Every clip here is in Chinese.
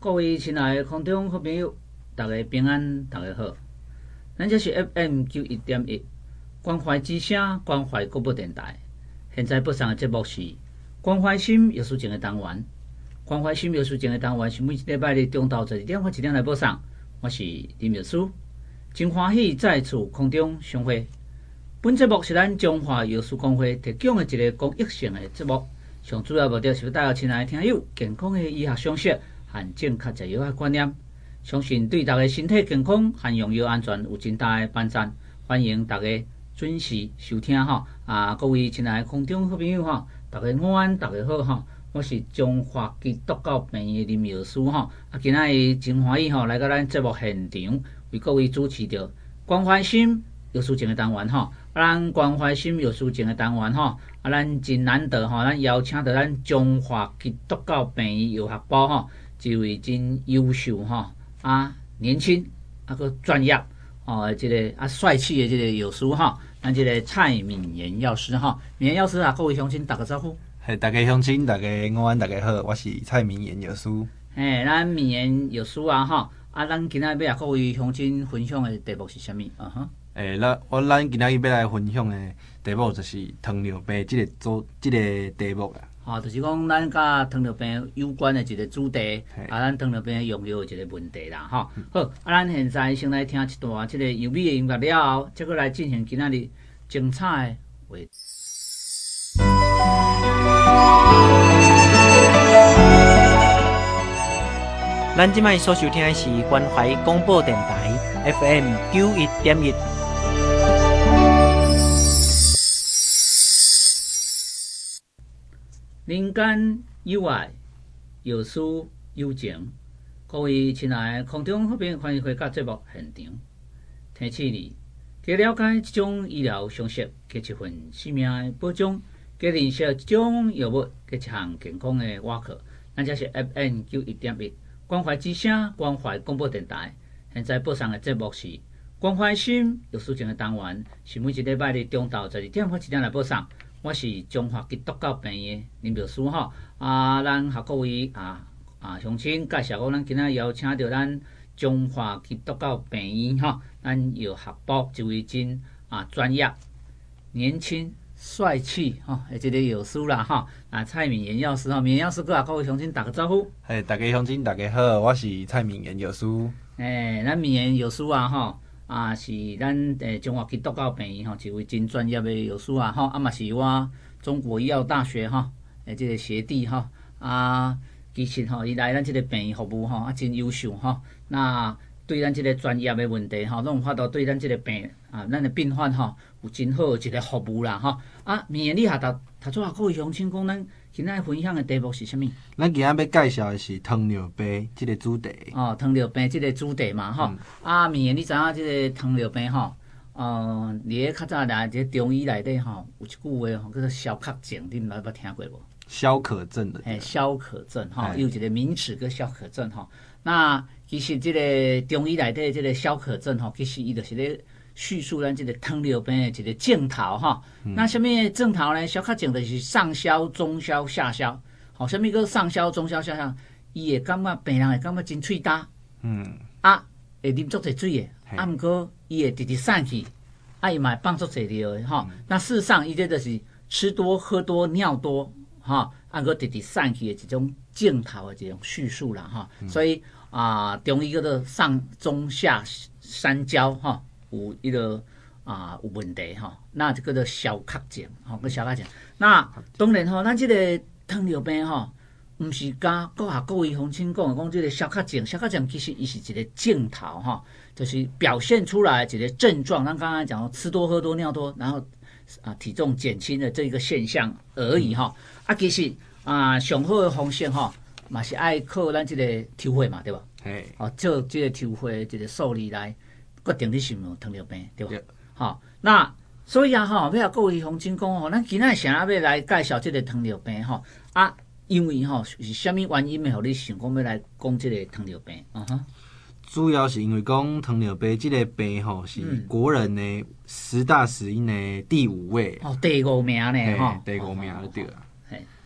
各位亲爱的空中好朋友，大家平安，大家好。咱这是 FM91.1关怀之声，关怀广播电台。现在播送的节目是关怀心艺术节的单元。关怀心艺术节的单元是每一礼拜日中昼12点或1点来播送。我是林秘书，真欢喜再次空中相会。本节目是咱中华艺术工会提供的一个公益性的节目，上主要目的是要带予亲爱的听友健康的医学常识和正确食药的观念，相信对大家身体健康和用药安全有真大的帮助。欢迎大家准时收听哈！各位亲爱的空中好朋友哈，大家午安，大家好哈！我是中华基督教病院林秘书哈，今仔日真欢喜哈，来到咱节目现场为各位主持着关怀心艺术节的单元哈。咱关怀心艺术节的单元哈，咱真难得哈，咱邀请到咱中华基督教病院药学部哈。一位真优秀哈年轻个专业这个帅气的这个药师哈，咱这个蔡敏妍药师哈，敏妍药师各位乡亲打个招呼。 大家乡亲，大家午安，大家好，我是蔡敏妍药师。 咱敏妍药师哈，咱今仔要各位乡亲分享的题目是啥物咱今仔要来分享的题目就是糖尿病这个题目啦。 就是讲咱甲糖尿病有关的一个主题，咱糖尿病用药的一个问题啦，好，咱现在先来听一段这个优美的音乐了后，再过来进行今仔日精彩的话题。 咱即摆所收听的是关怀广播电台 FM91.1。 人间有爱，有事有情。各位亲爱的空中好朋友，欢迎回到节目现场。提醒你，加了解这种医疗常识，加一份生命的保障，加认识这种药物，加一项健康的瓦课。咱这是 FM91.1关怀之声，关怀广播电台。现在播送的节目是关怀心艺术节的单元，是每一礼拜日中昼12点或1点来播送。我是中华基督教病院林秘书哈，咱和各位乡亲介绍讲，咱今仔邀请到咱中华基督教病院哈，咱药学部一位真专业、年轻、帅气哈，这个药师啦哈，蔡敏妍药师哈，敏妍药师各位乡亲打个招呼。 大家乡亲大家好，我是蔡敏妍药师。 咱敏妍药师哈。是咱中华基督教病院一位真专业的药师嘛是我中国医药大学这个学弟其实伊来咱这个病院服务真优秀那对咱这个专业的问题拢有法度对咱这个咱的病患有真好的一个服务啦明年你读出各位乡亲讲，咱今仔分享的题目是啥物？ 咱今仔要介绍的是糖尿病这个主题。 糖尿病这个主题嘛明年你知影这个糖尿病伫咧较早来这中医内底有一句话叫做消渴症，你毋知捌听过无？ 消渴症的。 消渴症有一个名词叫消渴症那其实这个中医内底这个消渴症其实伊就是咧叙述咱这个糖尿病的一个症头那什么症头呢？消渴症就是上消、中消、下消。什么叫上消、中消、下消？伊会感觉病人会感觉真喙焦，会啉足侪水的，毋过伊会直直散去，伊嘛会放足侪尿的那事实上，伊这就是吃多、喝多、尿多个直直散去的一种症头的这种叙述啦所以中医叫做上、中、下三焦有一个有问题那就叫做消渴症个消渴症。那当然咱这个糖尿病毋是甲各位乡亲讲这个消渴症，消渴症其实伊是一个症头就是表现出来一个症状。咱刚刚讲吃多、喝多、尿多，然后体重减轻的这个现象而已其实上好的方式嘛是爱靠咱这个抽血嘛，对吧？照这个抽血这个数字来决定你是毋是有糖尿病，对吧？那所以要各位乡亲讲咱今仔想要来介绍这个糖尿病因为是啥物原因会互你想讲要来讲这个糖尿病主要是因为讲糖尿病这个病是国人的10大死因的第5位。 第5名呢第5名就对了。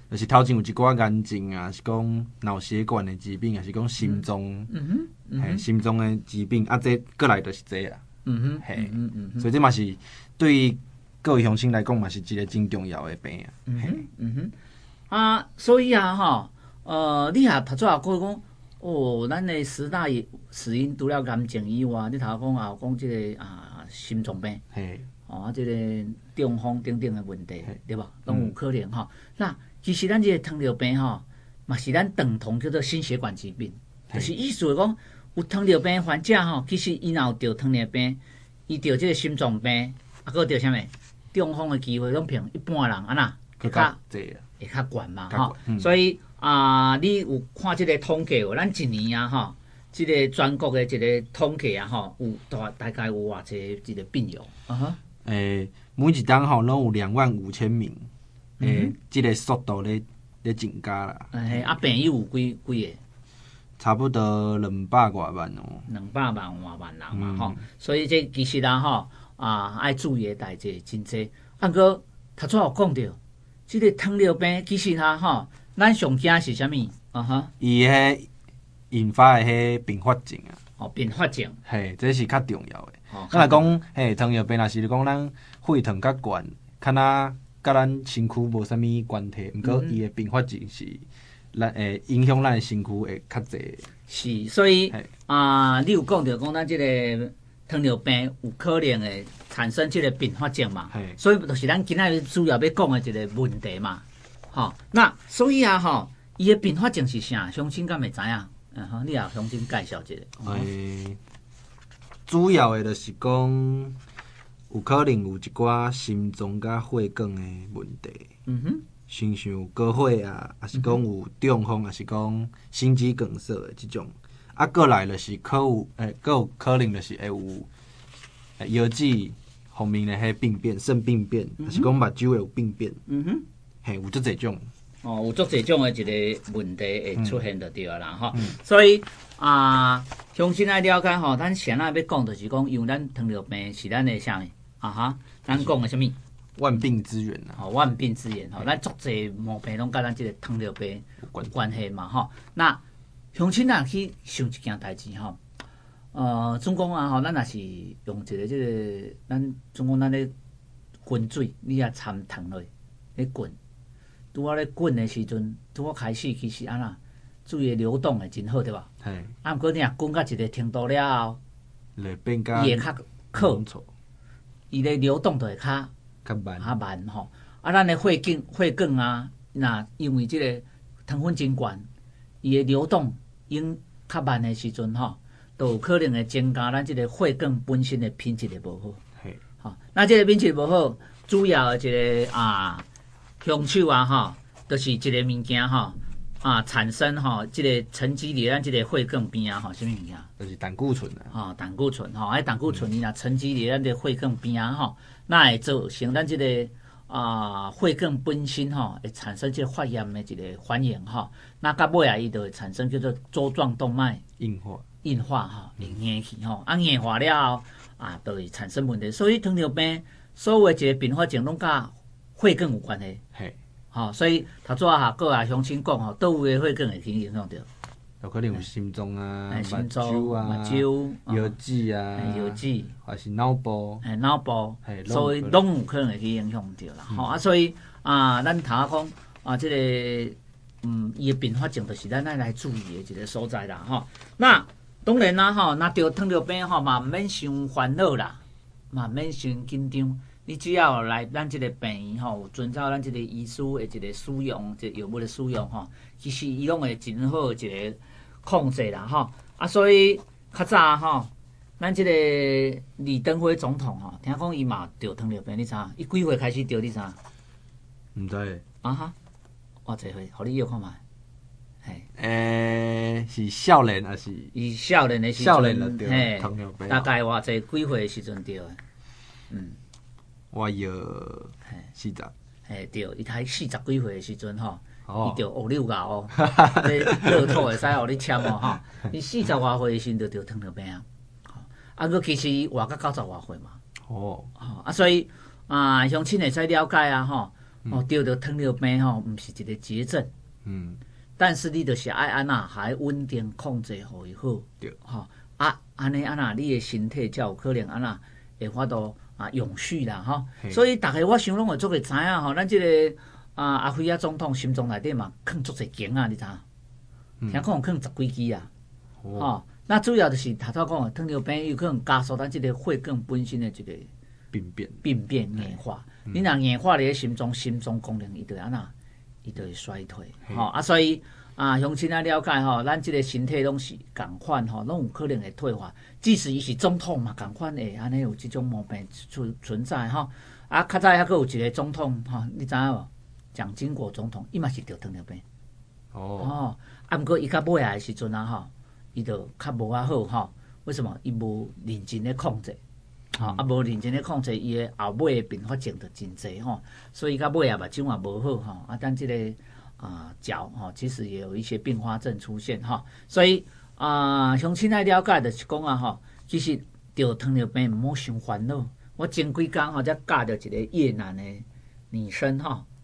就是头前有一寡癌症啊，是讲脑血管的疾病，还是讲心脏，心脏的疾病，啊，这过来就是这啦。嘿，所以这嘛是对各位乡亲来讲嘛是一个真重要的病啊。所以啊，你也头先也讲哦，咱的10大死因除了癌症以外，你头讲也有讲这个心脏病，这个中风等等的问题，对吧？拢有可能那其实咱这个糖尿病嘛是咱等同叫做心血管疾病，就是意思是讲有糖尿病患者其实伊若有得糖尿病，伊得这个心脏病，还得啥物中风的机会，拢比一般人会较悬嘛所以你有看这个统计咱一年这个全国的一个统计有大概有偌济这个病友每一档拢有25000名，这个速度咧增加啦。 病友有几个？ 差不多200多万哦。 200万人嘛所以这其实爱注意的代志真济。过头先有讲到，这个糖尿病其实咱上惊是啥物？ 伊引发的并发症并发症， 这是较重要的。咱若讲糖尿病，若是讲咱血糖较悬，敢若甲咱身躯无啥物关系，毋过伊的并发症是影响咱的身躯会较济。 是，所以你有讲到咱这个糖尿病有可能会产生这个并发症嘛？所以就是咱今仔主要要讲的一个问题嘛。那所以伊的并发症是啥？乡亲敢会知影？你也乡亲介绍一下。 主要的就是讲，有可能有一寡心脏甲血管的问题。亲像高血压，还是讲有中风，还是讲心肌梗塞的这种。过来就是有可能就是会有腰子方面的病变、肾病变，还是讲目睭会有病变。有足这种。 有足这种的一个问题会出现就对啦所以乡亲爱了解咱先要讲就是讲，因为咱糖尿病是咱的啥物咱讲的啥物？ 万病之源万病之源咱足侪毛病拢甲咱这个糖尿病有关系嘛那乡亲去想一件代志总讲咱若是用一个这个总讲咱咧滚水，你也掺糖落咧滚，拄咧滚的时阵，拄开始其实水的流动会真好，对吧？毋过你若滚到一个程度了后，伊会较靠，伊的流动就会较慢咱的血管那因为这个糖分真悬，伊的流动因较慢的时阵都有可能会增加咱这个血管本身的品质会无好。那这个品质无好，主要的一个凶手就是一个物件产生这个沉积伫咱这个血管边什么物件？ 就是胆固醇胆固醇胆固醇伊若沉积伫咱这血管边那会造成咱这个血管本身会产生这个发炎的一个反应那到尾伊就会产生叫做粥状动脉硬化会硬去硬化了后就会产生问题。所以糖尿病所有的一个并发症拢甲血管有关系。所以头先各位乡亲讲倒位的血管会去影响到， 有可能有心脏心脏目睭腰子还是脑部所以拢有可能会去影响到啦所以咱头讲这个伊的并发症就是咱来注意的一个所在啦那当然啦若得糖尿病嘛毋免伤烦恼啦，嘛毋免伤紧张。你只要来咱这个病院有遵照咱这个医师的一个使用，这药物的使用其实伊拢会真好一个控制啦所以较早咱这个李登辉总统听讲伊嘛得糖尿病，你知影？伊几岁开始得？你知影？ 毋知偌济岁？互你药看觅。 是少年还是？ 伊少年的时阵就得糖尿病， 大概偌济几岁的时阵得的？ 我有40， 对，伊才40几岁的时阵伊就学溜牙这乐透会使互你签伊40外岁的时阵就得糖尿病佮其实伊活到90外岁嘛。所以乡亲会使了解得到糖尿病吼，毋是一个绝症，但是你就是爱安那还稳定控制，互伊好， 对， 安尼安那你的身体才有可能安那会法度永续啦，所以大家我想拢会足会知影吼，咱即个阿辉总统心脏内底嘛，囥足侪羈啊，你知影？听讲囥10几支啊，那主要就是头头讲的糖尿病有可能加速咱即个血管本身的一个病变硬化。你若硬化你的心脏功能伊就安那，伊就会衰退。所以乡亲了解咱即个身体拢是共款拢有可能会退化。即使伊是总统嘛，共款会安尼有即种毛病存在较早还佫有一个总统你知影无？蒋经国总统伊嘛是得糖尿病。毋过伊较尾的时阵伊就较无好为什么？伊无认真咧控制。无认真咧控制，伊的后尾的并发症就真济所以到尾目睭也无好但这个脚其实也有一些并发症出现所以乡亲爱了解就是讲其实得糖尿病毋好伤烦恼。我前几工才教着一个越南的女生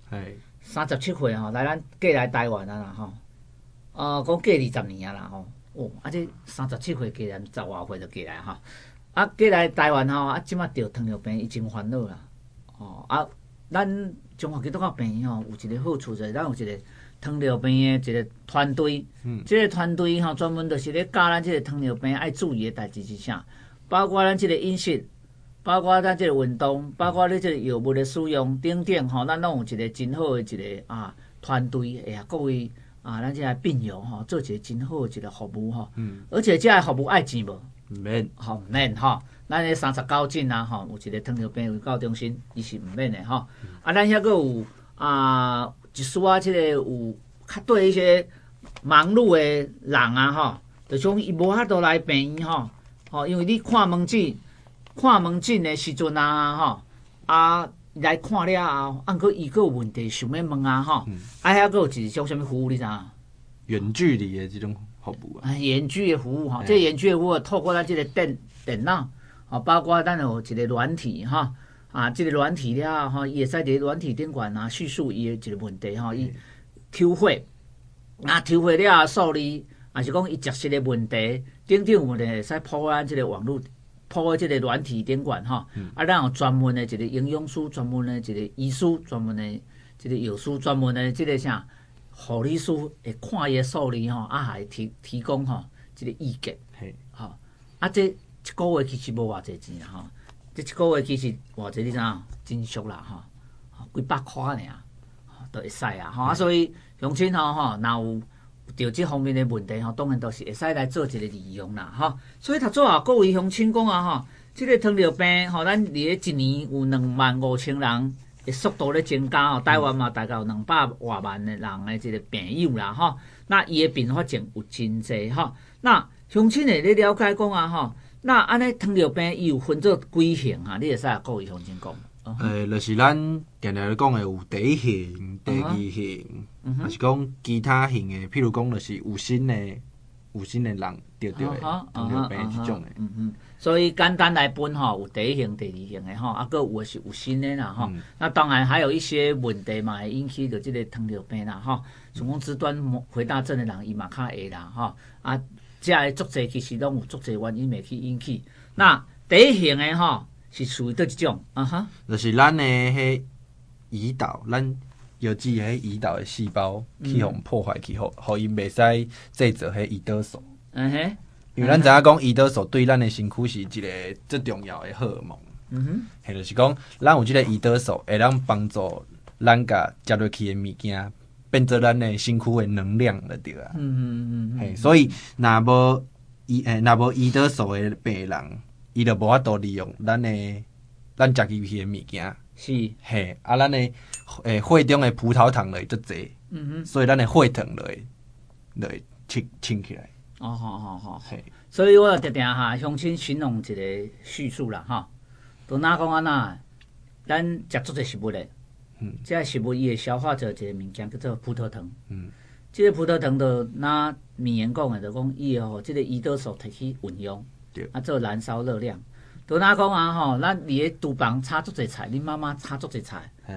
37岁来咱过来台湾啦讲过20年啦这37岁过来10外岁就过来过来台湾即马得糖尿病，伊真烦恼啦。咱中华基督教病院有一个好处就是，咱有一个糖尿病的一个团队。这个团队专门就是咧教咱这个糖尿病爱注意的代志是啥，包括咱这个饮食，包括咱这个运动，包括你这个药物的使用等等咱拢有一个真好的一个团队，各位咱这个病友做一个真好的一个服务而且这个服务爱钱无？ 毋免， 毋免咱咧39镇有一个糖尿病卫教中心，伊是毋免的咱遐佫有一丝即个有较对一些忙碌的人就种伊无法度来病院因为你看门诊的时阵来看了后，佫伊佫有问题想要问遐佫有一种什么服务你知影？ 远距离的这种服务远距的服务这远距的服务透过咱这个电脑包括咱有一个软体这个软体了后伊会使伫软体顶管叙述伊的一个问题伊抽血抽血了受理也是讲伊食食的问题等等问题会使铺咱这个网络铺在这个软体顶管咱有专门的一个营养师，专门的一个医师，专门的一个药师，专门的这个啥护理师会看伊的数字还提供这个意见这一个月其实无偌济钱这一个月其实偌济你知影真俗啦几百块尔都会使所以乡亲若有着这方面的问题当然都是会使来做一个利用啦所以读做各位乡亲讲这个糖尿病咱伫咧一年有25000人的速度咧增加台湾嘛大概有200多万的人的这个病友啦那伊的并发症有真济那乡亲会咧了解讲那安尼糖尿病伊有分做几型你会使各位乡亲讲就是咱定定咧讲的有第一型、第二型，还是讲其他型的，譬如讲就是有心的人得的糖尿病这种的。 所以简单来分有第一型、第二型的佫有的是有心的啦那当然还有一些问题嘛会引起着这个糖尿病啦像讲肢端回大症的人伊嘛较会啦这个足侪其实拢有足侪原因会去引起。那第一型的是属于倒一种就是咱的迄胰岛，咱药剂的胰岛的细胞去互破坏去，互伊袂使制造迄胰岛素。因为咱知影讲胰岛素对咱的身躯是一个最重要的荷尔蒙。就是讲咱有即个胰岛素会当帮助咱甲食落去的物件变做咱的身躯的能量就对啊。所以若无胰岛素的病人，伊就无法度利用咱食进去的物件。 是。 咱的血中的葡萄糖就会足侪。所以咱的血糖就会清起来。 所以我定定乡亲形容一个叙述啦都哪讲安那，咱食足侪食物的。这个食物伊会消化着一个物件叫做葡萄糖。这个葡萄糖就那名言讲的，就讲伊会这个胰岛素摕去运用，做燃烧热量。就哪讲咱伫咧厨房炒足侪菜，恁妈妈炒足侪菜，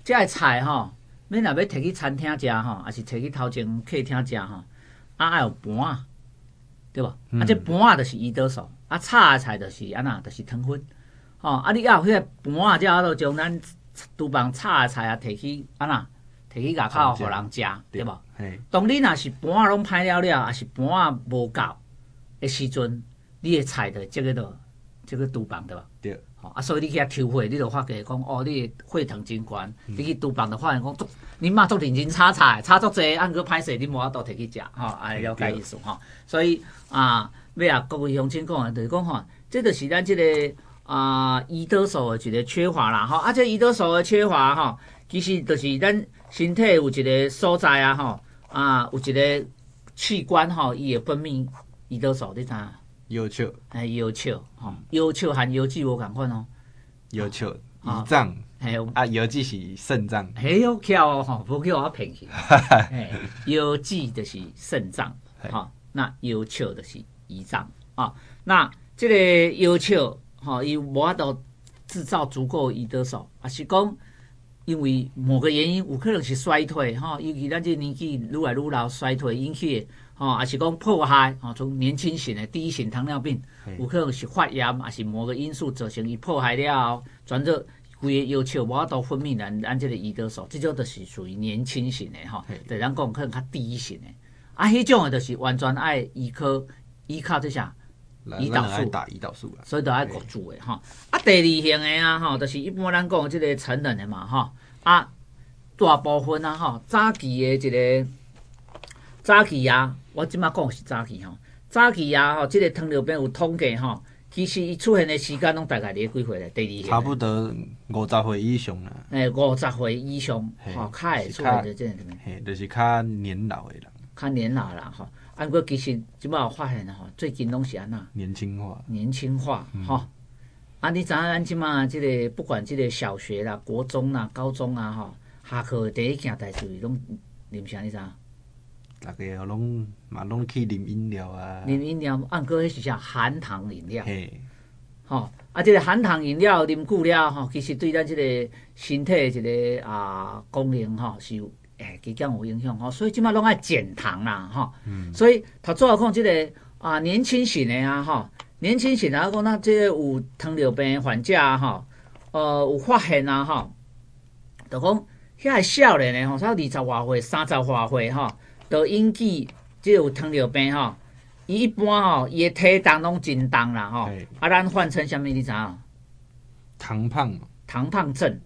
这个菜吼，免若要摕去餐厅食吼，还是摕去头前客厅食吼，爱有盘啊，对无？这盘啊，就是胰岛素，炒的菜就是安那，就是糖分。你要有迄个盘啊，才好将咱厨房炒的菜摕去安那，摕去外口互人食，对无？当你若是盘啊拢歹了了，还是盘啊无够的时阵，你的菜就这个厨房对无？ 对。 所以你去遐抽血，你就发觉讲，你的血糖真悬。你去厨房就发现讲，恁妈足认真炒菜，炒足济，按个歹势，你无法度摕去食，了解意思所以要各位乡亲讲的，就是讲这就是咱这个胰岛素的一个缺乏啦这胰岛素的缺乏其实就是咱身体有一个所在有一个器官伊会分泌胰岛素，你知影？ 腰鞘， 腰鞘，腰鞘和腰肌无共款腰鞘胰脏，腰肌是肾脏。 有巧无叫我骗去。腰肌就是肾脏，那腰鞘就是胰脏那这个腰鞘伊无法度制造足够胰岛素，是讲因为某个原因，有可能是衰退尤其咱这年纪愈来愈老，衰退引起的。还是讲迫害从年轻型的第一型糖尿病，有可能是发炎，还是某个因素造成伊迫害了后，转做规个腰鞘无法度分泌咱这个胰岛素，这种就是属于年轻型的就咱讲可能较低型的。迄种的就是完全爱依靠这啥胰岛素， 打胰岛素啦， 所以就爱焗住的第二型的就是一般咱讲的这个成人的嘛大部分早期的这个早期我即马讲是早期早期这个糖尿病有统计其实伊出现的时间拢大概伫几岁咧？第二型差不多50岁以上啦。 50岁以上较会出现的这种。 就是较年老的人。 较年老啦按过其实即马有发现最近拢是安那？ 年轻化。 你知影咱即马即个不管即个小学啦、国中啦、高中下课第一件代志拢啉啥？你知影？ 大家拢去啉饮料啊， 啉饮料，按过迄是啥含糖饮料。这个含糖饮料啉久了其实对咱这个身体一个功能是有极减有影响所以即马拢爱减糖啦所以头早讲这个年轻型的年轻型的讲咱这个有糖尿病患者有发现就讲遐个少年的才20外岁、30外岁就引起即有糖尿病伊一般伊的体重拢真重啦咱换成啥物你知影？ 糖胖症。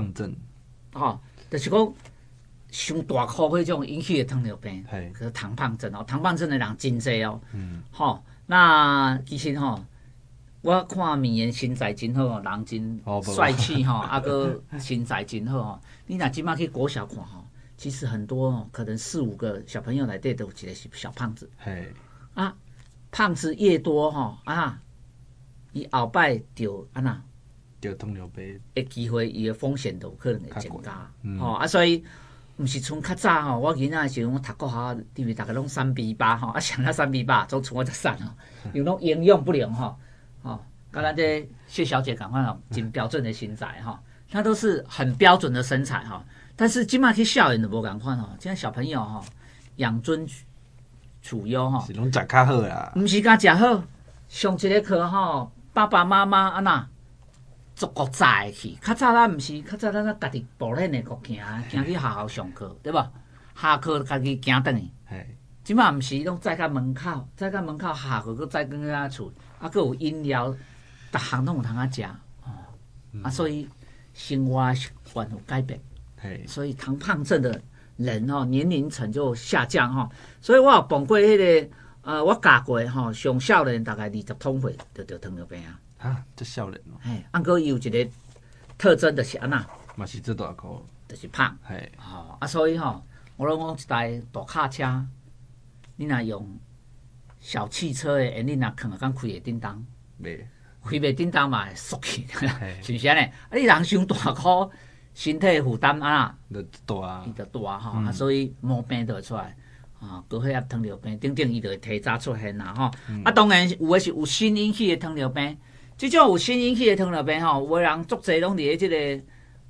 就是讲上大颗迄种引起的糖尿病，คือ糖胖症糖胖症的人真侪那其实我看面的身材真好人真帅气个身材真好你若即马去国小看其实很多可能4、5个小朋友内底都有一个是小胖子。胖子越多伊后摆就安那得糖尿病的机会，伊的风险都有可能会增加。所以毋是像较早我囡仔的时候，我读国校，因为大家拢3:8像那3:8，总像我3因为拢营养不良跟咱这谢小姐赶快真标准的身材那都是很标准的身材但是即马去少年就无共款现在小朋友养尊处优是拢食较好啦， 毋是甲食好，上一个课爸爸妈妈安那足够早去。较早咱毋是，较早咱家己步练的国行去学校上课，对无？下课家己行转去。即马毋是，拢载到门口，下课佫载到咱厝，佫有饮料，逐项拢有通食所以生活习惯有改变。所以糖胖症的人年龄层就下降所以我有碰过迄个我教过上少年大概20通岁就得糖尿病这少年按过伊有一个特征就是安那， 嘛是这大颗， 就是胖所以我拢讲一台大卡车，你若用小汽车的，你若放敢开会叮当，开袂叮当嘛会缩去，是毋是安尼？你人伤大颗。身体负担就大， 伊就大所以毛病就会出来高血压、糖尿病等等，伊就会提早出现啦当然有的是有心引起的糖尿病，这种有心引起的糖尿病有的人足侪拢伫即个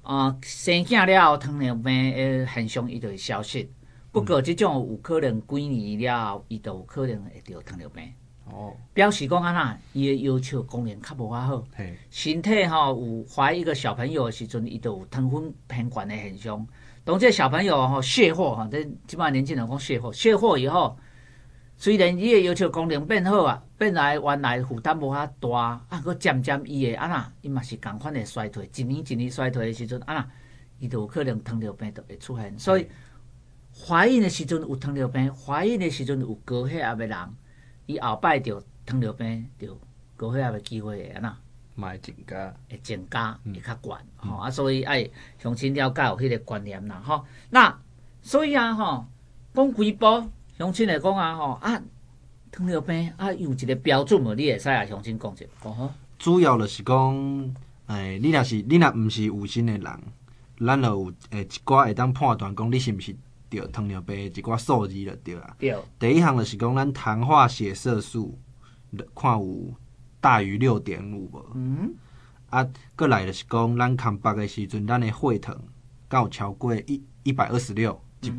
生囝了后糖尿病的现象伊就会消失。不过即种有可能几年了后，伊就有可能会得糖尿病。表示讲安那，伊的要求功能较无遐好，身体有怀一个小朋友的时阵，伊就有糖分偏悬的现象。当这小朋友卸货这即摆年轻人讲卸货以后，虽然伊的要求功能变好啊，本来原来负担无遐大，佫渐渐伊的伊嘛是共款的衰退，一年一年衰退的时阵伊就有可能糖尿病就会出现。所以怀孕的时阵有糖尿病，怀孕的时阵有高血压的人。伊后摆着糖尿病着高血压的机会会嘛会增加， 会较悬所以爱乡亲了解有迄个观念啦那所以讲规部乡亲来讲糖尿病有一个标准无？你会使乡亲讲者主要就是讲，你若毋是有心的人，咱就有一寡会当判断讲你是毋是。着糖尿病一寡数字就对啦。第一项就是讲，咱糖化血色素看有大于6.5无？过来就是讲，咱空腹的时阵，咱的血糖敢有超过126，126。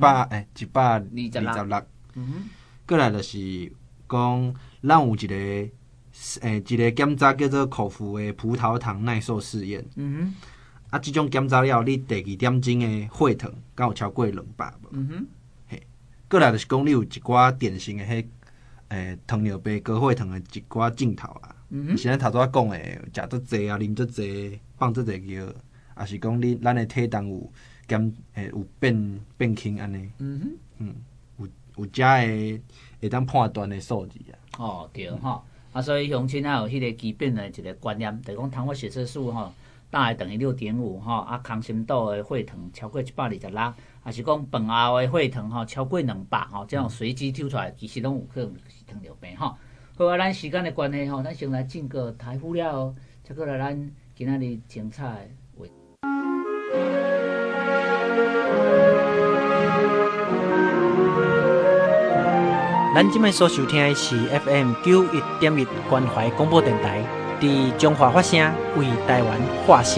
过来就是讲，咱有一个检查叫做口服的葡萄糖耐受试验。即种检查了，你第2点钟的血糖敢有超过200无？过来就是讲，你有一寡典型的糖尿病高血糖的一寡镜头是咱头拄仔讲的，食足济啉足济，放足济药，也是讲咱的体重有变轻安尼。有遮的会当判断的数字对所以乡亲有迄个基本的一个观念，就是讲糖化血色素大概等于6.5空心岛的血糖超过126，还是讲饭后的血糖超过200这种随机抽出来，其实拢有可能是糖尿病好咱时间的关系咱先来进个台呼了再过来咱今仔日精彩的话。 咱即摆所收听的是 FM 91.1关怀广播电台。伫中华发声，为台湾发声。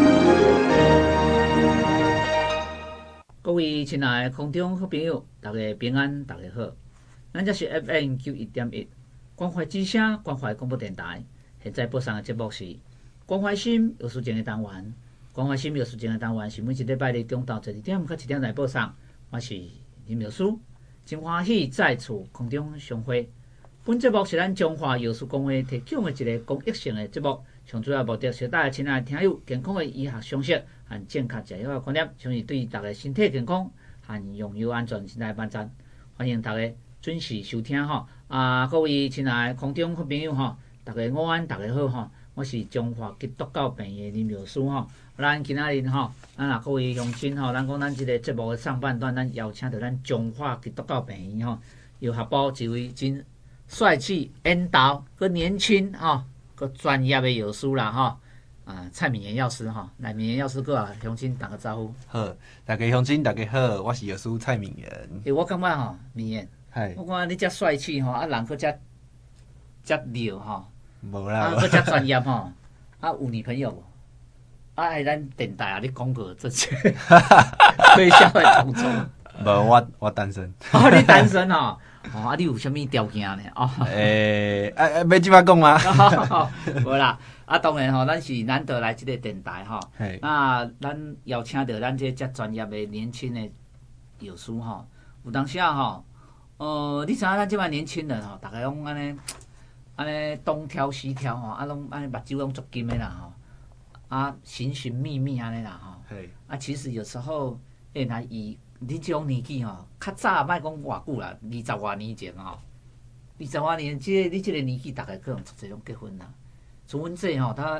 各位亲爱的空中好朋友，大家平安，大家好。咱这是 FM 91.1关怀之声，关怀广播电台。现在播送的节目是关怀心有事情的单元。关怀心有事情的单元是每一礼拜日中昼12点到1点来播送。我是林妙书，真欢喜再次空中相会。本节目是咱中华药师公会提供的一个公益性的节目，上主要目的是带来亲爱的听友健康的医学常识和正确食药的观念，相信对大家身体健康和用药安全是来帮赞。欢迎大家准时收听各位亲爱的空中好朋友大家午安，大家好我是中华基督教病院林妙书咱今仔日咱各位乡亲咱讲咱这个节目的上半段，咱邀请到咱中华基督教病院药学部一位真帅气、缘投、佮年轻佮专业的药师啦蔡敏妍药师来，敏妍药师佮乡亲打个招呼。 好，大家乡亲大家好，我是药师蔡敏妍。 我感觉敏妍，我看你遮帅气人佮遮溜无啦， 佮遮专业有女朋友无？咱电台你讲过这些推销的当中。 无，我单身。 你单身你有啥物条件呢？ 要即摆讲吗？ 无啦，当然咱是难得来即个电台咱邀请到咱这遮专业的年轻的药师有当时你知影咱即摆年轻人大家拢安尼东挑西挑拢安尼目睭拢足金的啦寻寻觅觅安尼啦其实有时候来以你这种年纪较早莫讲偌久啦，20多年前20多年前，你这个年纪大概可能这种结婚啦。像阮这他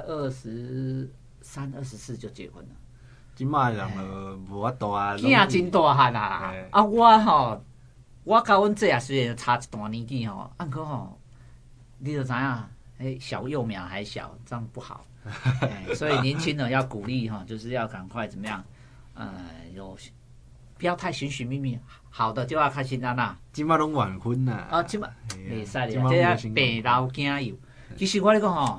23、24就结婚了。 即摆人无法度囝真大汉我甲阮这也虽然差一段年纪过你就知影，小幼苗还小，这样不好。所以年轻人要鼓励就是要赶快怎么样，不要太寻寻觅觅，好的就要开心即摆拢晚婚啦。 即摆袂使咧，这病老囝有。其实我咧讲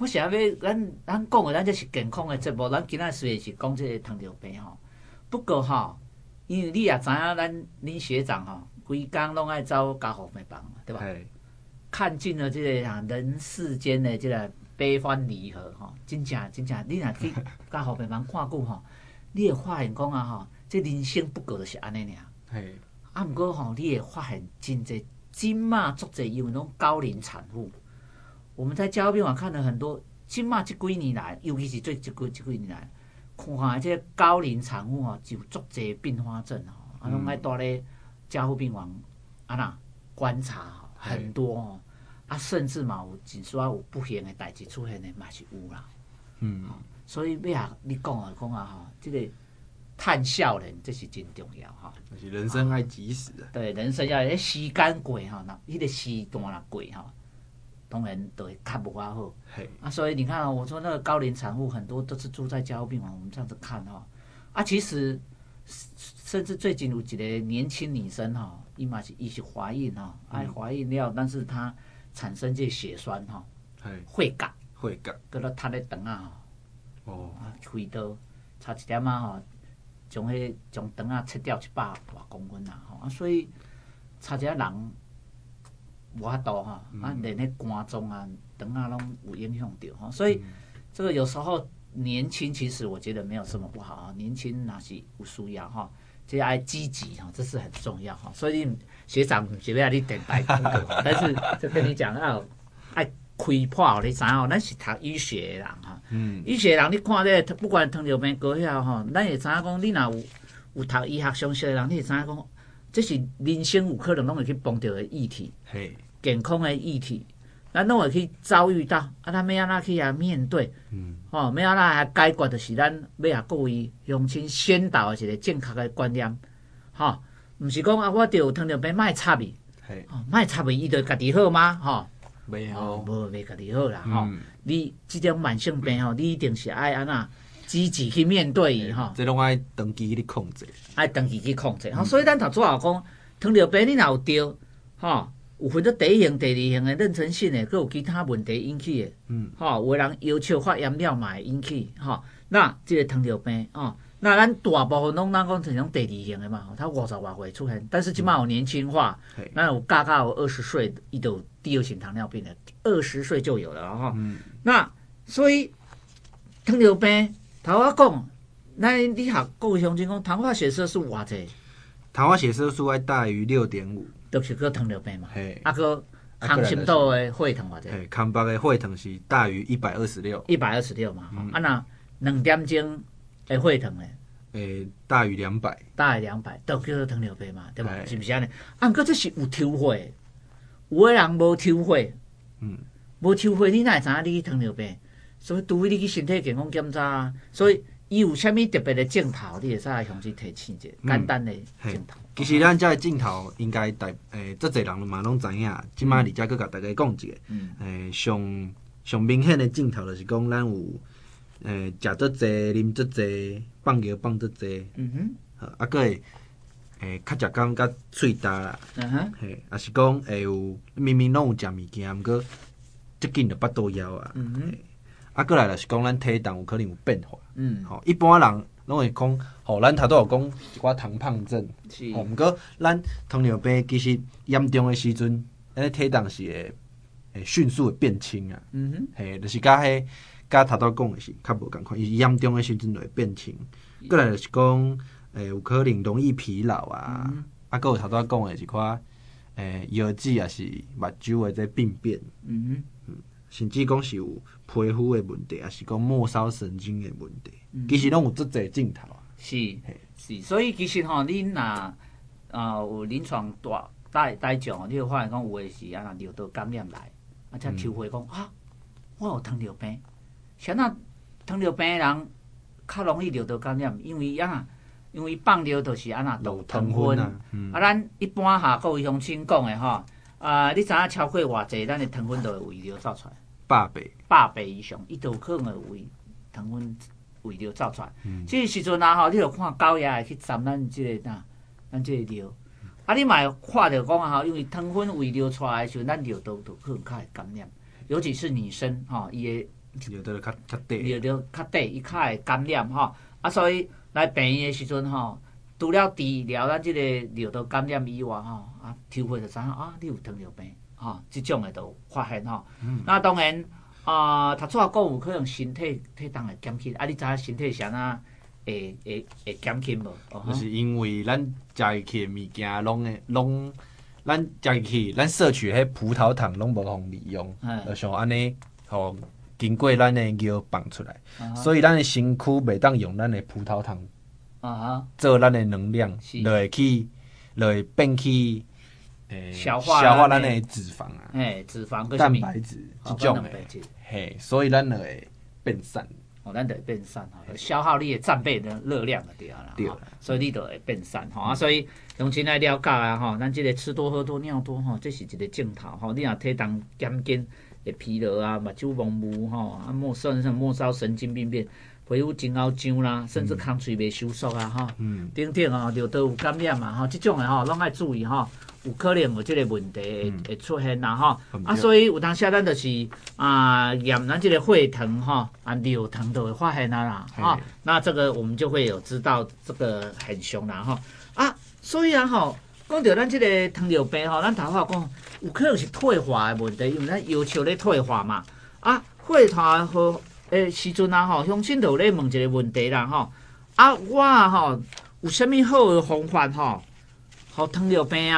我想要咱讲的，咱这是健康的节目，咱今仔虽然是讲这个糖尿病吼，不过吼，因为你也知影恁学长吼，规工拢爱走家护病房，对吧？看尽了这个人世间的这个悲欢离合吼，真正，你若去家护病房看久吼，你会发现讲啊吼，这人生不过就是安尼尔。啊，毋过吼，你会发现真侪今嘛足侪因为拢高龄产妇。我们在加护病房看了很多，今嘛这几年来，尤其是这几年来，看这高龄产妇吼，就足侪并发症吼，啊，拢爱住咧加护病房啊那观察吼，很多吼，啊，甚至嘛有真煞有不幸的代志出现的嘛是有啦。所以要啊，你讲啊吼，这个探少年这是真重要哈。 就是人生爱及时啊。 对，人生要时间过哈，那迄个时段若过哈。当然都会较无啊好，啊，所以你看我说那个高龄产妇很多都是住在加护病房，我们这样子看啊，其实甚至最近有一个年轻女生伊是怀孕怀孕了，但是她产生这血栓血角，搁落塌咧肠啊开刀插一点将肠啊切掉100多公分啊，所以差一个人。无法度连那肝脏啊、肠啊拢有影响到所以这个有时候年轻其实我觉得没有什么不好年轻若是有需要这爱积极这是很重要所以学长不是要你电台讲课但是就跟你讲爱开破你知影咱是读医学的人医学的人你看这不管糖尿病高血咱会知影讲你若有读医学常识的人，你会知影讲。这是人生有可能拢会去碰到的议题，健康的议题，咱拢会去遭遇到，咱要安怎去面对，要安怎解决，就是咱要各位乡亲宣导的一个正确的观念，毋是讲我着有糖尿病，莫插伊，莫插伊，伊就家己好吗？ 袂好， 袂家己好啦，你这种慢性病你一定是爱安怎？积极去面对伊这拢爱长期去控制， 去控制所以咱头拄仔讲，糖尿病你若有着有分做第一型、第二型的妊娠性的，佮有其他问题引起的，有的人腰鞘发炎了嘛会引起，那这个糖尿病那咱大部分拢咱讲成种第二型的嘛，他50多岁出现，但是即摆有年轻化，咱有大概有20岁，伊就有第二型糖尿病的，20岁就有了那所以糖尿病。头我讲，你学各位乡亲讲，糖化血色素偌济？ 糖化血色素爱大于6.5， 就是个糖尿病嘛。个康心岛的血糖偌济？ 康北的血糖是大于126。 126嘛，那2点钟的血糖咧？ 大于200。 大于200，都叫做糖尿病嘛，对吧？是不是安尼？毋过这是有抽血，有的人无抽血，无抽血，你哪会知影你糖尿病？所以除非你去身体健康检查，所以伊有啥物特别的镜头，你会使来向去提醒者，简单的镜头。 其实咱遮的镜头应该足侪人嘛拢知影，即摆伫遮佫甲大家讲一个，上明显的镜头就是讲咱有食足侪、啉足侪、放尿放足侪，佫会较食感甲喙焦啦，也是讲会有明明拢有食物件，毋过即紧就巴肚枵啊。过来就是讲咱体重有可能有变化，一般人拢会讲，咱头拄有讲一寡糖胖症，毋过咱糖尿病其实严重的时阵，咱体重是会迅速的变轻啊，就是甲头拄讲的是较无共款，伊严重的时阵就会变轻。过来就是讲，有可能容易疲劳啊，佫有头拄讲的一寡，腰子也是目睭的这病变，甚至讲是有皮肤的问题，也是讲末梢神经的问题，其实拢有足侪镜头啊。 是，所以其实恁若有临床大众，你会发现讲有的是尿道感染来，才抽血讲我有糖尿病。像糖尿病的人较容易尿道感染，因为放尿就是有糖分咱一般各位乡亲讲的你知影超过偌济，咱的糖分就会胃流走出来。100倍以上，伊就有可能会胃糖分胃流走出来。这个时阵你就看高压会去沾咱这个尿。你嘛会看到讲因为糖分胃流出来的时候，咱尿道就可能较会感染，尤其是女生伊的尿道较短， 尿道较短，伊较会感染吼。啊，所以来病院的时阵吼，除了治疗咱即个尿道感染以外吼，啊，抽血就知影啊，你有糖尿病吼，即种的都发现吼。那当然读册讲有可能身体重会减轻，啊，你知影身体是安那会减轻无？ 就是因为咱食入去的物件拢。咱食入去，咱摄取迄葡萄糖拢无互利用，就像安尼，互经过咱的尿放出来，所以咱的身躯袂当用咱的葡萄糖做咱的能量，就会变去消化咱的脂肪啊， 脂肪、 蛋白质即种的，所以咱就会变散。 咱就会变散消耗你的战备的热量就对啦，所以你就会变散所以用心来了解啊咱这个吃多喝多尿多这是一个镜头你若体重减轻会疲劳啊，目睭蒙雾末梢神经病变，皮肤真凹痒啦，甚至空喙袂收缩啊等等尿道有感染啊这种的拢要注意有可能有这个问题会出现啦所以有当时咱就是验咱这个血糖尿糖都会发现啦那这个我们就会有知道这个现象啦所以讲到咱这个糖尿病咱头话讲有可能是退化的问题，因为咱要求咧退化嘛血糖的时阵乡亲就咧问一个问题啦我有啥物好的方法互糖尿病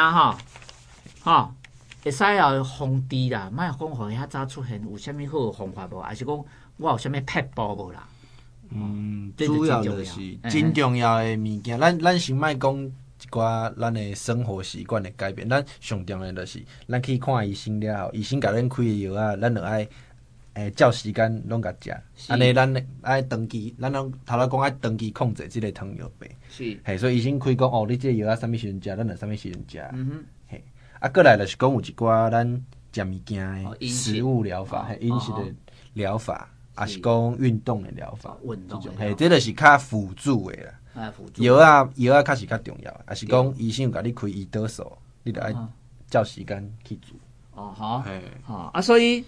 会使防治啦，莫讲互伊较早出现，有啥物好的方法无？还是讲我有啥物撇步无啦？ 主要就是真重要的物件，咱先莫讲一寡咱的生活习惯的改变，咱上重要的就是咱去看医生了后，医生甲咱开的药啊，咱就爱照时间拢甲食，安尼咱爱长期，咱拢头仔讲爱长期控制即个糖尿病。是，所以医生开讲你即个药啊，啥物时阵食，咱就啥物时阵食。过来就是讲有一寡咱食物件的食物疗法，饮食的疗法，也是讲运动的疗法。这就是较辅助的啦。药啊较是较重要的，也是讲医生有甲你开胰岛素，你就爱照时间去做。 所以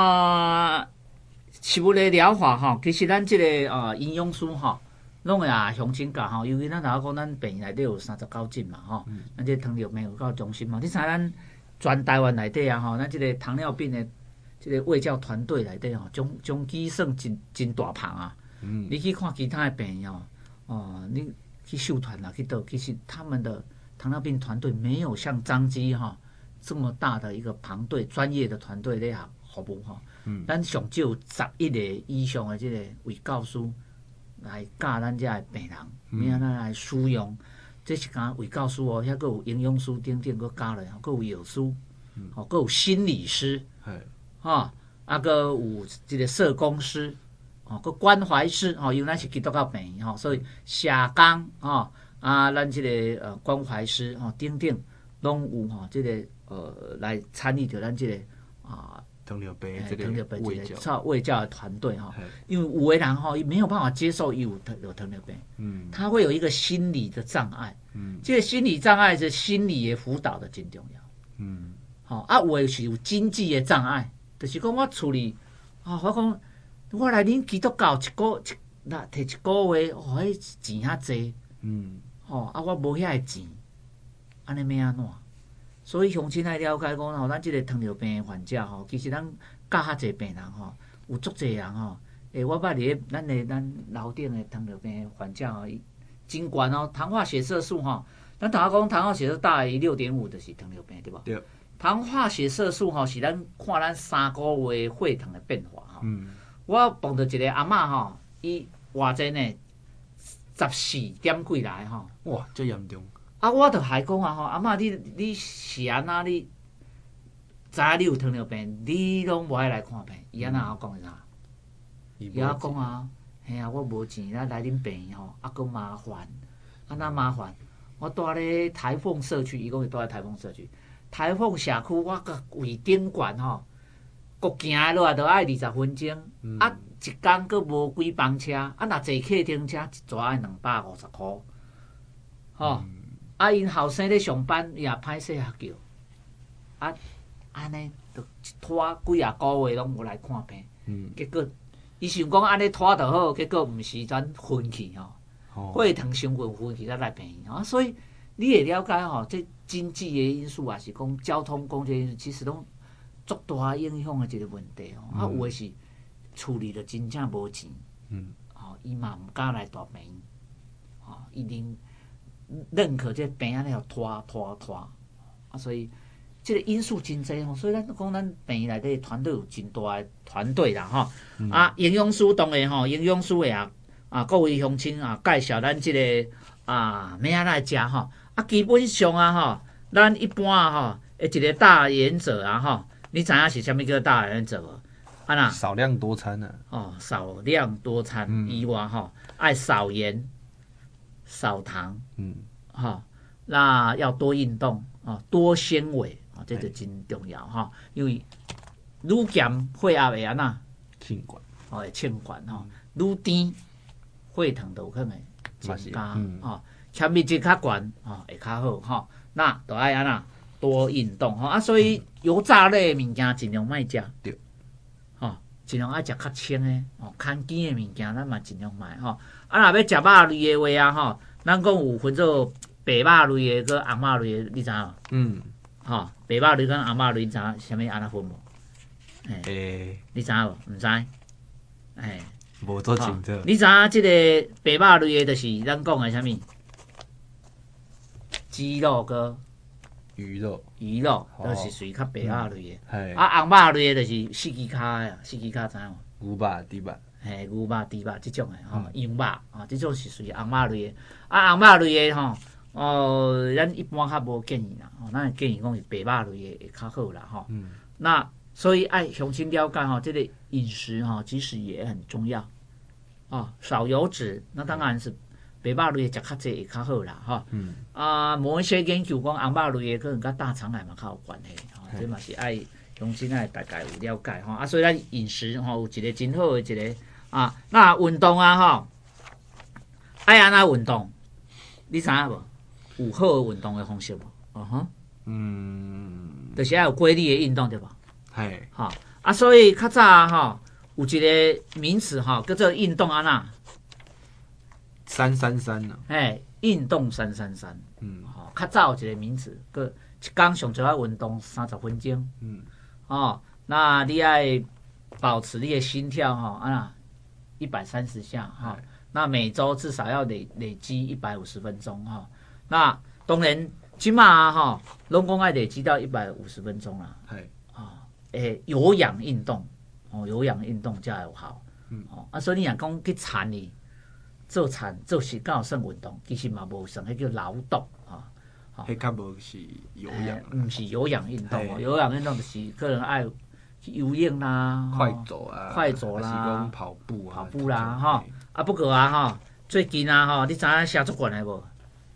食物的疗法其实咱即个营养师拢会乡亲教尤其咱头讲咱病院内底有39诊嘛咱这糖尿病有够中心嘛。你知咱全台湾内底咱这个糖尿病的这个卫教团队内底总计算真大旁你去看其他的病院你去秀团去倒，其实他们的糖尿病团队没有像彰基这么大的一个旁队专业的团队咧服务咱上少11个以上的这个卫教师来教咱这的病人，要安怎来使用。这是讲卫教师遐佫有营养师等等佫教咧，佫有药师，佫有心理师，佫有这个社工师，佫关怀师，因为咱是基督教病院所以社工咱这个关怀师等等拢有这个来参与着咱这个糖尿病这个卫教的团队因为有的人伊没有办法接受有糖尿病，他会有一个心理的障碍，这个心理障碍是心理的辅导的真重要，有的是有经济的障碍，就是讲我处理我讲我来恁基督教摕一个月，迄钱遐济，我无遐个钱，安尼要安怎？所以乡亲来了解讲咱这个糖尿病的患者其实咱教较侪病人有足侪人我捌伫咱楼顶的糖尿病的患者真悬糖化血色素咱头仔讲糖化血色素大于6.5就是糖尿病对无？对。糖化血色素是咱看咱3个月血糖的变化我碰到一个阿嬷伊偌济呢14点几来哇，这严重。 我就还讲阿嬷你是安那？你知影你有糖尿病，你拢无爱来看病，伊安那讲啥？伊讲嘿我无钱来恁病院佫麻烦，安那麻烦？我住咧台凤社区，伊讲伊住咧台凤社区，台凤社区我甲位顶悬国行落来就爱20分钟，一天佫无几班车，若坐客停车一逝爱250箍，因后生咧上班，伊也歹势叫，安尼就一拖几啊个月拢无来看病，结果伊想讲安尼拖就好，结果毋是咱昏去吼，血糖升温昏去咱来病啊，所以你会了解吼，这经济的因素啊，是讲交通工具因素，其实拢足大影响的一个问题吼。啊，有诶是处理的真正无钱，伊嘛毋敢来大病，伊认可这病安尼要拖，啊，所以这个因素真济吼，所以咱讲咱病院内底团队有真大诶团队啦吼。啊，营养师当然吼，营养师诶各位乡亲介绍咱这个要安怎来食吼。啊，基本上吼，咱一般吼，一个大原则吼，你知影是啥物叫大原则无？啊那少量多餐少量多餐以外吼，爱少盐、少糖，那要多运动多纤维这就真重要因为愈咸血压会安那清管会清管愈甜血糖就有可能会增加纤维质较悬会较好那就爱安那多运动所以油炸类的物件尽量莫食，对，尽量爱食较清的看见的物件，咱嘛尽量买若要食肉类的话咱讲有分做白肉类的跟红肉类的，你知影白肉类跟红肉类，你知影啥物安那分无？你知影无？毋知？ 无做清楚。 你知影即个白肉类的，就是咱讲的啥物？鸡肉跟鱼肉， 都是属于较白肉类的。红肉类的就是四支骹的，四支骹知影无？ 牛肉、猪肉。 牛肉、猪肉即种的羊肉即种是属于红肉类的。红肉类的咱一般较无建议啦，咱会建议讲是白肉类的会较好啦那所以爱详细了解这个饮食其实也很重要少油脂，那当然是白肉类食较济会较好啦某一些研究讲红肉类的可能甲大肠癌嘛较有关系这嘛是爱详细爱大概有了解所以咱饮食有一个真好的一个那运动爱安怎运动？你知影无？有好的运动的方式无？就是要有规律的运动对吧？所以较早有一个名词叫做运动安那 333 运动333较早有一个名词，一天上最好运动30分钟那你爱保持你的心跳130下那每周至少要累积150分钟那当然即马拢讲爱累积到150分钟啦有氧运动有氧运动才有效所以你若讲去田里做田做时敢有算运动，其实嘛无算，迄叫劳动迄较无是有氧毋是有氧运动有氧运动就是可能爱去游泳啦快走啦是讲跑步啦不过最近你知影写足悬的无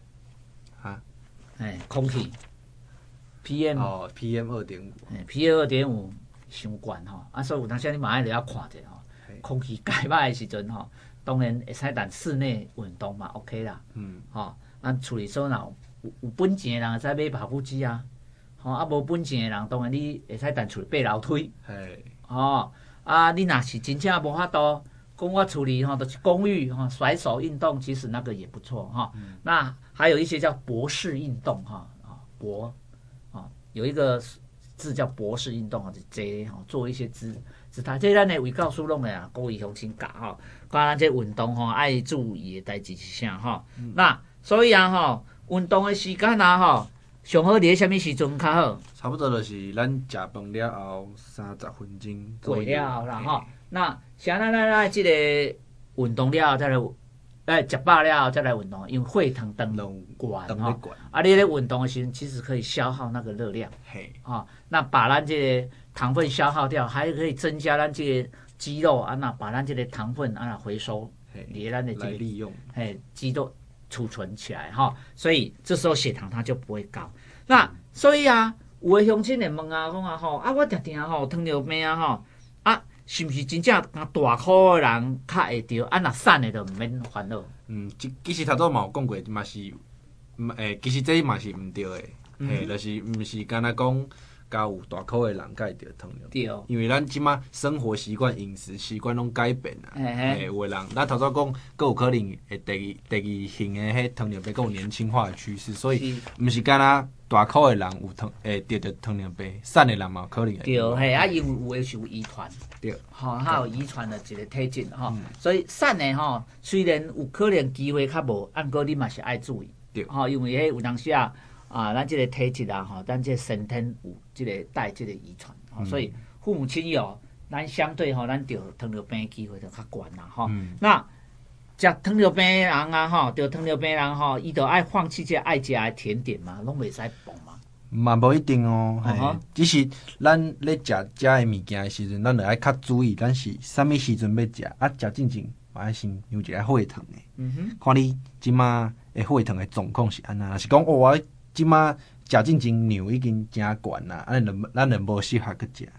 空气 PM PM 2.5 PM 2.5伤悬所以有当时你嘛爱了看者空气介歹的时阵当然会使当室内运动嘛 OK 啦咱厝里所有本钱的人会使买跑步机无本钱的人当然你会使当厝里爬楼梯你若是真正无法度讲我厝里就是公寓甩手运动，其实那个也不错那还有一些叫博士运动博有一个字叫博士运动就是做一些姿态，这咱的卫教师拢会各位乡亲教看咱这运动爱注意的代志是啥那所以运动的时间上好伫什么时阵较好？ 差不多就是咱食饭了后30分钟过了后啦那像咱这个运动了后再来食饱了后再来运动，因为血糖当悬你咧运动的时候其实可以消耗那个热量那把咱这个糖分消耗掉，还可以增加咱这个肌肉那把咱这个糖分回收咱的这个利用肌肉储存起来所以这时候血糖它就不会高。那所以有的乡亲会问讲我常常糖尿病是毋是真正大颗的人较会着若瘦的就毋免烦恼其实头拄嘛有讲过嘛是其实这嘛是毋对的就是毋是干那讲甲有大口的人才会得糖尿病。 对， 因为咱即马生活习惯、饮食习惯拢改变啦。有的人，咱头先讲，佫有可能会第二型的迄糖尿病，佫有年轻化的趋势，所以毋是干那大口的人有得着糖尿病，瘦的人嘛有可能会。 对，嘿啊，因为有诶是有遗传， 对， 吼，还有遗传的一个体质吼，所以瘦的吼，虽然有可能机会较无，按过你嘛是爱注意， 对， 吼，因为迄有当时啊，咱即个体质啊，吼，咱即先天有即个带即个遗传，所以父母亲有，咱相对吼，咱得糖尿病的机会就较悬啦，吼。那食糖尿病的人啊，吼，得糖尿病的人吼，伊就爱放弃这爱食的甜点嘛，拢袂使碰嘛。 嘛无一定哦，只是咱咧食的物件的时阵，咱就爱较注意，咱是啥物时阵要食，食进前嘛爱先有一个血糖的，看你即马的血糖的状况是安那，若是讲我即马食进前量已经真悬啦，咱就无适合去食。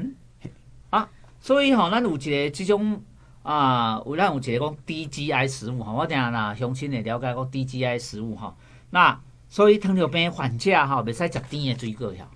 所以吼，咱有一个即种咱有一个讲低 GI 食物吼，我定啦乡亲会了解讲低 GI 食物吼，那所以糖尿病患者吼，袂使食甜的水果呀。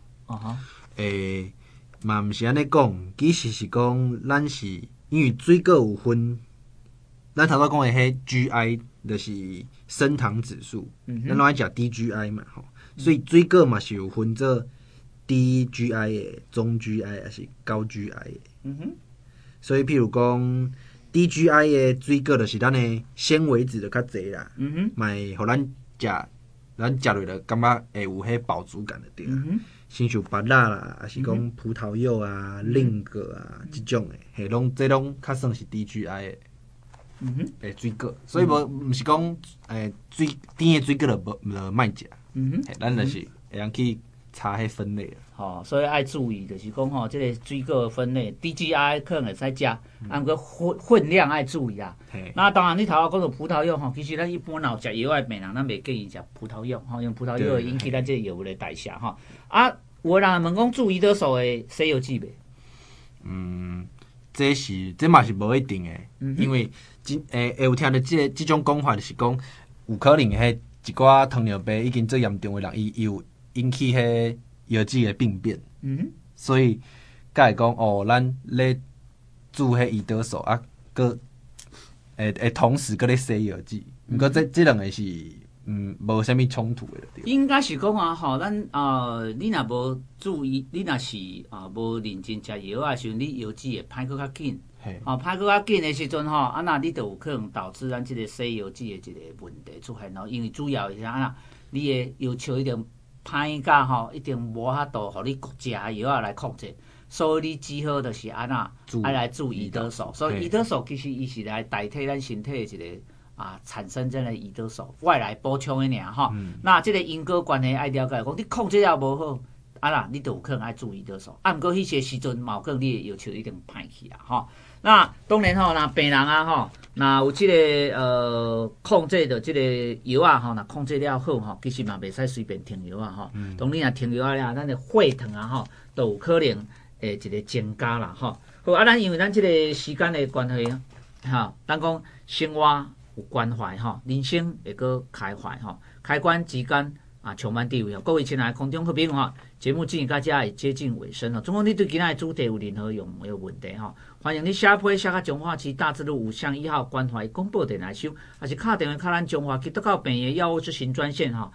嘛毋是安尼讲，其实是讲咱是因为水果有分，咱头先讲的迄 GI 就是升糖指数，咱拢爱食低 GI 嘛吼，所以水果嘛是有分做低 GI 的、中 GI 还是高 GI 的。所以譬如讲低 GI 的水果就是咱的纤维质就较侪啦，嘛会互咱食落就感觉会有迄饱足感的对啦。亲像芭乐啦，还是讲葡萄柚啊、菱果啊即种的，嘿，这拢较算是低 GI 的水果，所以毋是讲水甜的水果就莫食，咱就是会用去查迄分类啦。所以爱注意，就是讲吼，这个水果的分类，低 GI 可能会使食，过分量爱注意啊。那当然，你头先讲到葡萄柚吼，其实咱一般若有食药的病人，咱袂建议食葡萄柚吼，因为葡萄柚会引起咱这个药物的代谢吼。有人问讲注胰岛素的西药剂袂？ 这嘛是无一定的，因为会有听到这种讲法，就是讲有可能迄一寡糖尿病已经最严重的人，伊有引起迄药剂的病变。所以才会讲咱咧注迄胰岛素佮会同时佮咧洗药剂，毋过这两个是无啥物冲突的对。 应该是讲吼，咱你若无注意，你若是无认真食药的时阵，你药剂会歹过较紧。歹过较紧的时阵吼，那你就有可能导致咱即个洗药剂的一个问题出现咯。因为主要是你的药效一定歹甲吼，一定无法度互你食药来控制。所以你只好就是爱来注胰岛素。所以胰岛素其实伊是来代替咱身体的一个。产生这个胰岛素外来补充的尔吼，那这个因果关系爱了解，讲你控制了无好，你就有可能爱注胰岛素。毋过迄些时阵，嘛有可能你的药效一定歹去啊吼。那当然吼，那病人吼，那有这个控制的这个药吼，那控制了好吼，其实嘛袂使随便停药吼。当你若停药了，咱的血糖吼，都有可能一个增加啦吼。好咱因为咱这个时间的关系咱讲生活。有关怀吼，人生会个开怀吼，开关之间充满智慧。各位亲爱的空中好朋友吼，节目进行到这也接近尾声了。如果你对今仔的主题有任何没有问题吼，欢迎你写批写到中华区大智路5巷1号关怀广播电台收，还是打电话咱中华基督教病院药物咨询专线吼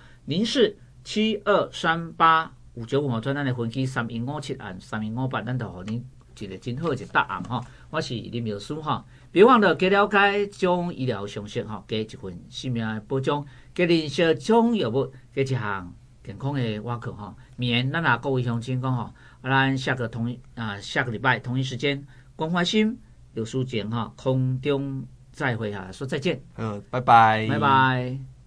，0472385955专咱的分期3157按3158，咱就互你一个真好一个答案吼。我是林妙书吼。别忘了加了解种医疗常识加一份性命的保障，加认识种药物，加一项健康的瓦克免咱各位乡亲讲吼，咱下个礼拜同一时间，关怀心有书简空中再会说再见。 拜拜， 拜拜。